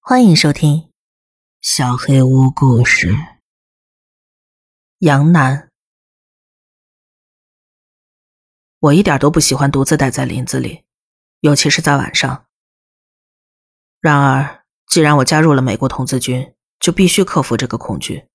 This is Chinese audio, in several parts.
欢迎收听小黑屋故事。杨楠。我一点都不喜欢独自待在林子里，尤其是在晚上。然而，既然我加入了美国童子军，就必须克服这个恐惧。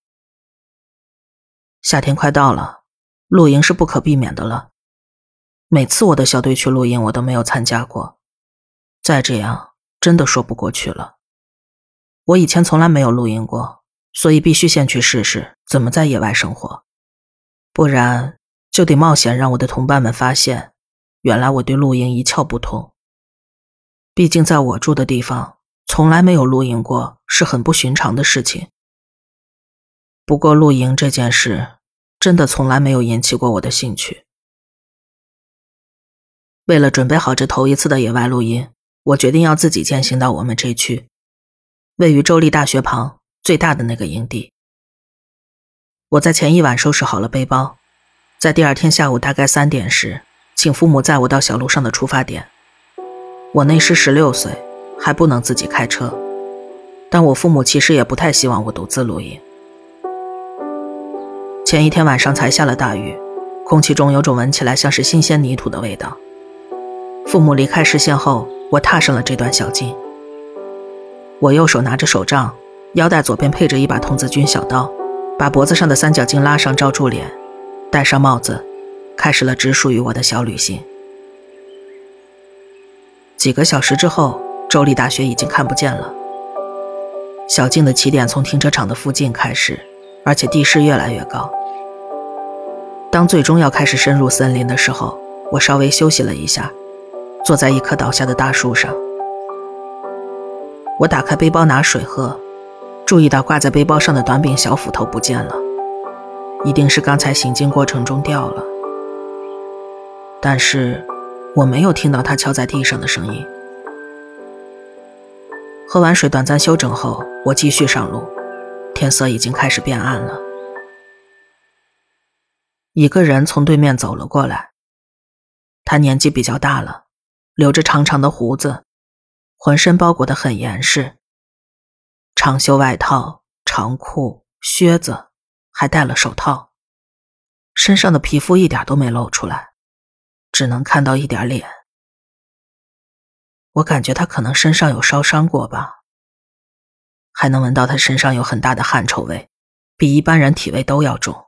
夏天快到了，露营是不可避免的了。每次我的小队去露营，我都没有参加过。再这样，真的说不过去了。我以前从来没有露营过，所以必须先去试试怎么在野外生活。不然就得冒险让我的同伴们发现，原来我对露营一窍不通。毕竟在我住的地方，从来没有露营过，是很不寻常的事情。不过露营这件事，真的从来没有引起过我的兴趣。为了准备好这头一次的野外露营，我决定要自己践行到我们这区，位于州立大学旁最大的那个营地。我在前一晚收拾好了背包，在第二天下午大概3点时，请父母载我到小路上的出发点。我那时16岁，还不能自己开车，但我父母其实也不太希望我独自露营。前一天晚上才下了大雨，空气中有种闻起来像是新鲜泥土的味道。父母离开视线后，我踏上了这段小径。我右手拿着手杖，腰带左边配着一把童子军小刀，把脖子上的三角巾拉上罩住脸，戴上帽子，开始了只属于我的小旅行。几个小时之后，州立大学已经看不见了。小径的起点从停车场的附近开始，而且地势越来越高。当最终要开始深入森林的时候，我稍微休息了一下，坐在一棵倒下的大树上。我打开背包拿水喝，注意到挂在背包上的短柄小斧头不见了，一定是刚才行进过程中掉了。但是我没有听到它敲在地上的声音。喝完水短暂休整后，我继续上路，天色已经开始变暗了。一个人从对面走了过来，他年纪比较大了，留着长长的胡子，浑身包裹得很严实，长袖外套、长裤、靴子，还戴了手套，身上的皮肤一点都没露出来，只能看到一点脸。我感觉他可能身上有烧伤过吧，还能闻到他身上有很大的汗臭味，比一般人体味都要重。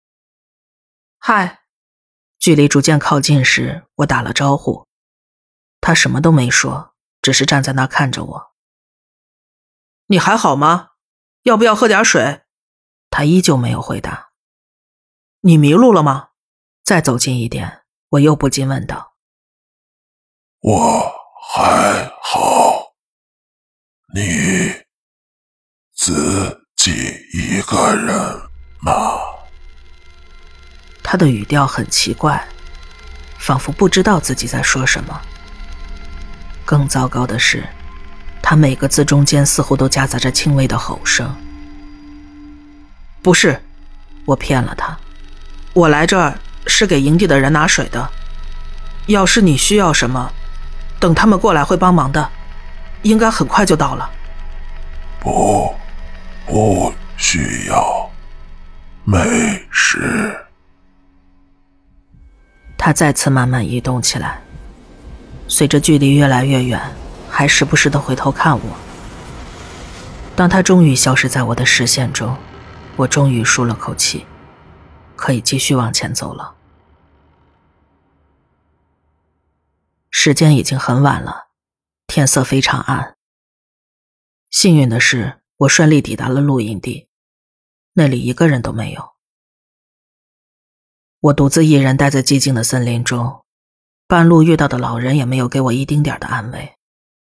嗨，距离逐渐靠近时，我打了招呼，他什么都没说，只是站在那看着我。你还好吗？要不要喝点水？他依旧没有回答。你迷路了吗？再走近一点，我又不禁问道。 我还好，你自己一个人吗？ 他的语调很奇怪，仿佛不知道自己在说什么。更糟糕的是，他每个字中间似乎都夹杂着轻微的吼声。不是，我骗了他，我来这儿是给营地的人拿水的，要是你需要什么，等他们过来会帮忙的，应该很快就到了。 不需要，没事。 他再次慢慢移动起来，随着距离越来越远，还时不时地回头看我。当他终于消失在我的视线中，我终于舒了口气，可以继续往前走了。时间已经很晚了，天色非常暗。幸运的是，我顺利抵达了露营地，那里一个人都没有。我独自一人待在寂静的森林中，半路遇到的老人也没有给我一丁点的安慰。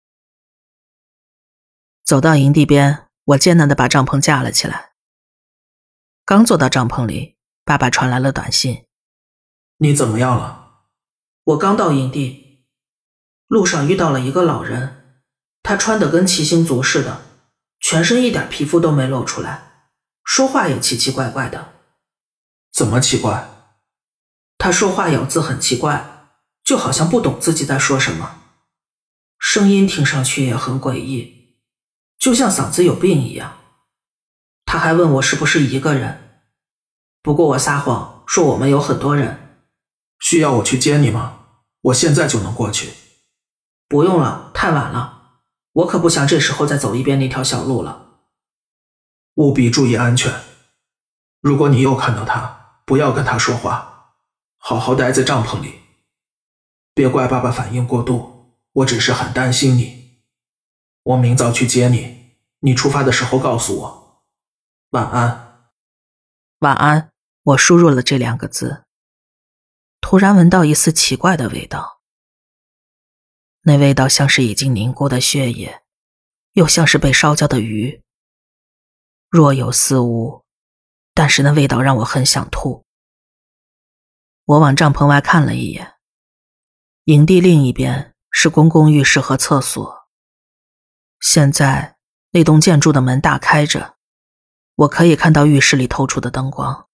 走到营地边，我艰难地把帐篷架了起来。刚坐到帐篷里，爸爸传来了短信。你怎么样了？我刚到营地，路上遇到了一个老人，他穿得跟骑行族似的，全身一点皮肤都没露出来，说话也奇奇怪怪的。怎么奇怪？他说话咬字很奇怪，就好像不懂自己在说什么，声音听上去也很诡异， 就像嗓子有病一样。他还问我是不是一个人，不过我撒谎说我们有很多人。 需要我去接你吗？我现在就能过去。 不用了，太晚了，我可不想这时候再走一遍那条小路了。 务必注意安全。如果你又看到他，不要跟他说话，好好待在帐篷里。别怪爸爸反应过度，我只是很担心你。我明早去接你，你出发的时候告诉我。晚安。 晚安，我输入了这2个字，突然闻到一丝奇怪的味道。那味道像是已经凝固的血液，又像是被烧焦的鱼，若有似无，但是那味道让我很想吐。我往帐篷外看了一眼，营地另一边是公共浴室和厕所。现在那栋建筑的门大开着，我可以看到浴室里透出的灯光。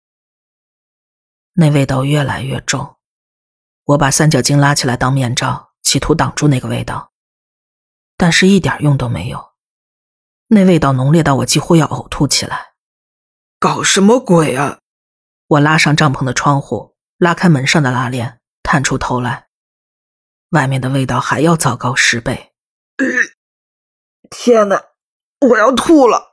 那味道越来越重，我把三角巾拉起来当面罩，企图挡住那个味道，但是一点用都没有。那味道浓烈到我几乎要呕吐起来。 搞什么鬼啊！ 我拉上帐篷的窗户，拉开门上的拉链，探出头来，外面的味道还要糟糕10倍。 天哪，我要吐了！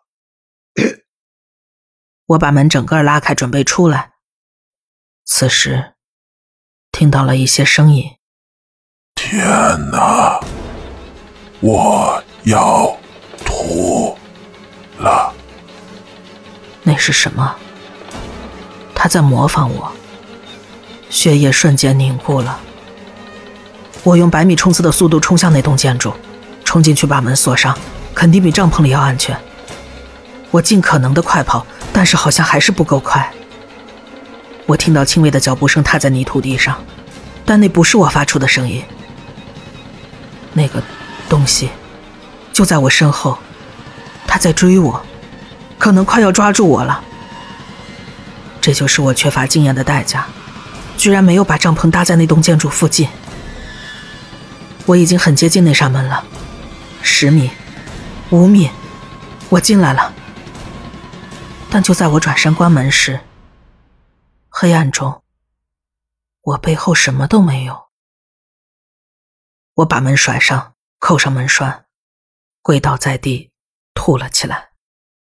我把门整个拉开，准备出来。此时听到了一些声音。 天哪，我要吐了。 那是什么？他在模仿我。血液瞬间凝固了。我用100米冲刺的速度冲向那栋建筑，冲进去把门锁上，肯定比帐篷里要安全。我尽可能的快跑，但是好像还是不够快。我听到轻微的脚步声踏在泥土地上，但那不是我发出的声音。那个东西就在我身后，它在追我，可能快要抓住我了。这就是我缺乏经验的代价，居然没有把帐篷搭在那栋建筑附近。我已经很接近那扇门了，10米，5米，我进来了。但就在我转身关门时，黑暗中，我背后什么都没有。我把门甩上，扣上门栓，跪倒在地，吐了起来。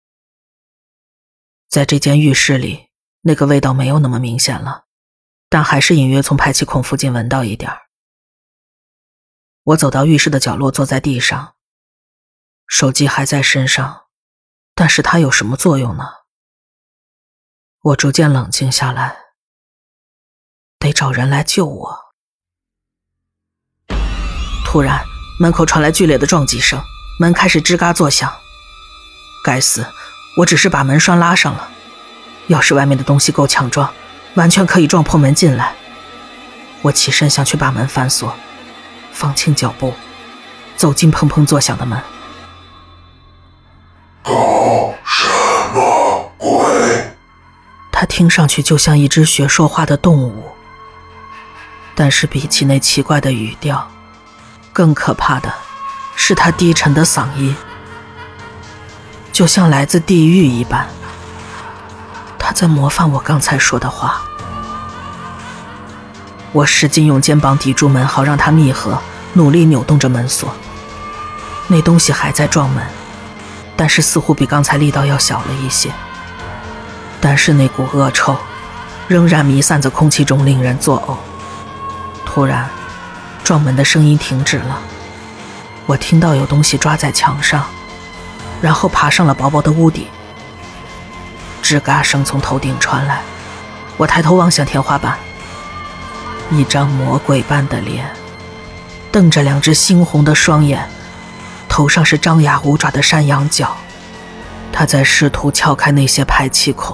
在这间浴室里，那个味道没有那么明显了，但还是隐约从排气孔附近闻到一点。我走到浴室的角落，坐在地上，手机还在身上，但是它有什么作用呢？我逐渐冷静下来，得找人来救我。突然，门口传来剧烈的撞击声，门开始吱嘎作响。该死，我只是把门栓拉上了，要是外面的东西够强壮，完全可以撞破门进来。我起身想去把门反锁，放轻脚步，走进砰砰作响的门。 搞什么鬼？ 它听上去就像一只学说话的动物，但是比起那奇怪的语调，更可怕的是它低沉的嗓音，就像来自地狱一般。它在模仿我刚才说的话。我使劲用肩膀抵住门，好让它密合，努力扭动着门锁。那东西还在撞门，但是似乎比刚才力道要小了一些。但是那股恶臭仍然弥散在空气中，令人作呕。突然，撞门的声音停止了，我听到有东西抓在墙上，然后爬上了薄薄的屋顶。吱嘎声从头顶传来，我抬头望向天花板，一张魔鬼般的脸，瞪着2只猩红的双眼，头上是张牙舞爪的山羊角，他在试图撬开那些排气孔。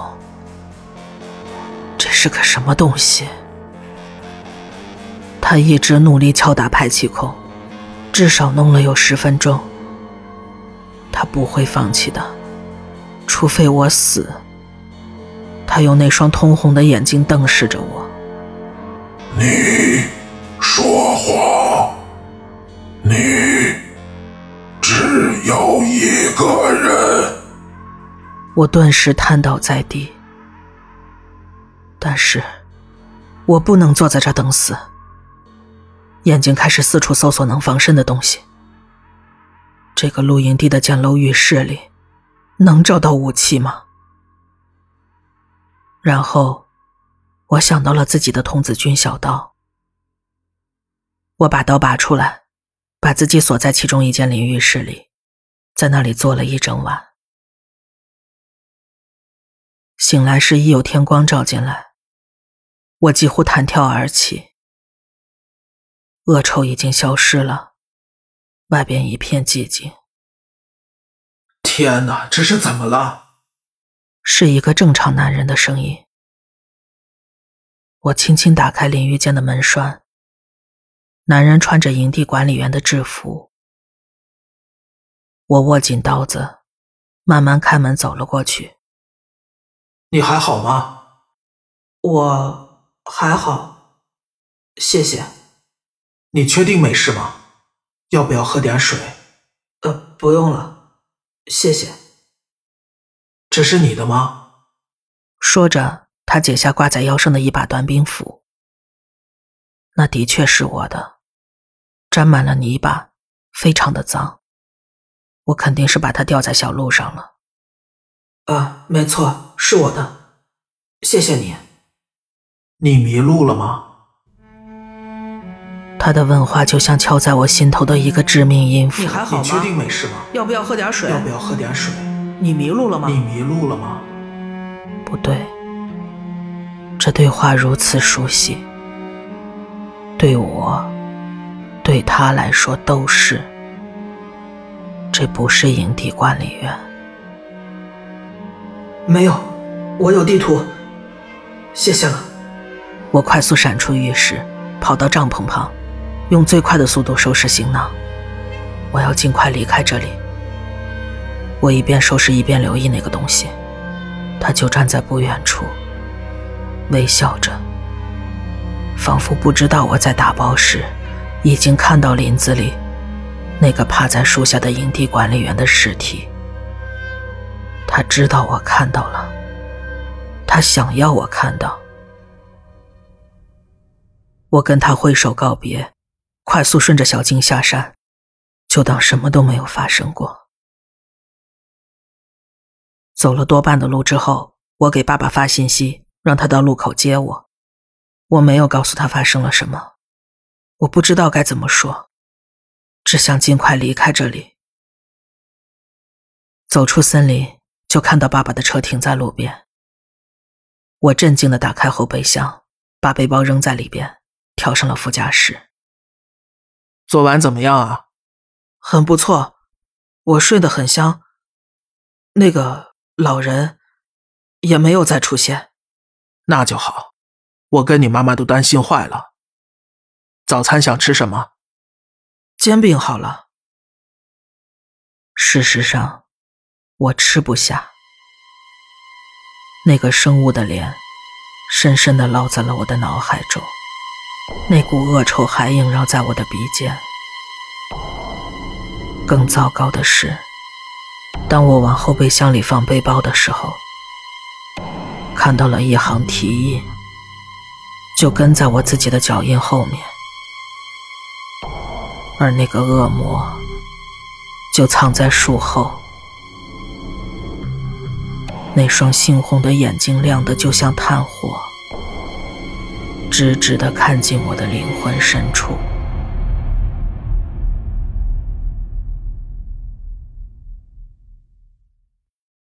这是个什么东西？他一直努力敲打排气孔，至少弄了有10分钟。他不会放弃的，除非我死。他用那双通红的眼睛瞪视着我。 你说谎，你只有一个人。 我顿时瘫倒在地。但是我不能坐在这等死，眼睛开始四处搜索能防身的东西。这个露营地的简陋浴室里能找到武器吗？然后我想到了自己的童子军小刀。我把刀拔出来，把自己锁在其中一间淋浴室里，在那里坐了一整晚。醒来时已有天光照进来，我几乎弹跳而起。恶臭已经消失了，外边一片寂静。 天哪，这是怎么了？ 是一个正常男人的声音。我轻轻打开淋浴间的门栓，男人穿着营地管理员的制服。我握紧刀子，慢慢开门走了过去。 你还好吗？我还好，谢谢。你确定没事吗？要不要喝点水？不用了，谢谢。这是你的吗？ 说着，他解下挂在腰上的一把短柄斧。那的确是我的，沾满了泥巴，非常的脏。我肯定是把它掉在小路上了。 没错，是我的，谢谢你。你迷路了吗？ 他的问话就像敲在我心头的一个致命音符。 你还好吗？你确定没事吗？ 要不要喝点水？ 要不要喝点水？ 你迷路了吗？ 你迷路了吗？ 不对，这对话如此熟悉，对我，对他来说都是。这不是营地管理员。 没有，我有地图，谢谢了。 我快速闪出浴室，跑到帐篷旁，用最快的速度收拾行囊。我要尽快离开这里。我一边收拾一边留意那个东西，它就站在不远处，微笑着，仿佛不知道我在打包时已经看到林子里那个趴在树下的营地管理员的尸体。他知道我看到了，他想要我看到。我跟他挥手告别，快速顺着小径下山，就当什么都没有发生过。走了多半的路之后，我给爸爸发信息，让他到路口接我。我没有告诉他发生了什么，我不知道该怎么说，只想尽快离开这里。走出森林，就看到爸爸的车停在路边。我镇静地打开后备箱，把背包扔在里边，跳上了副驾驶。 昨晚怎么样啊？ 很不错，我睡得很香。那个老人也没有再出现。 那就好，我跟你妈妈都担心坏了。早餐想吃什么？ 煎饼好了。事实上，我吃不下。那个生物的脸深深地烙在了我的脑海中，那股恶臭还萦绕在我的鼻尖。更糟糕的是，当我往后备箱里放背包的时候，看到了一行蹄印，就跟在我自己的脚印后面，而那个恶魔就藏在树后。那双猩红的眼睛亮得就像炭火，直直地看进我的灵魂深处。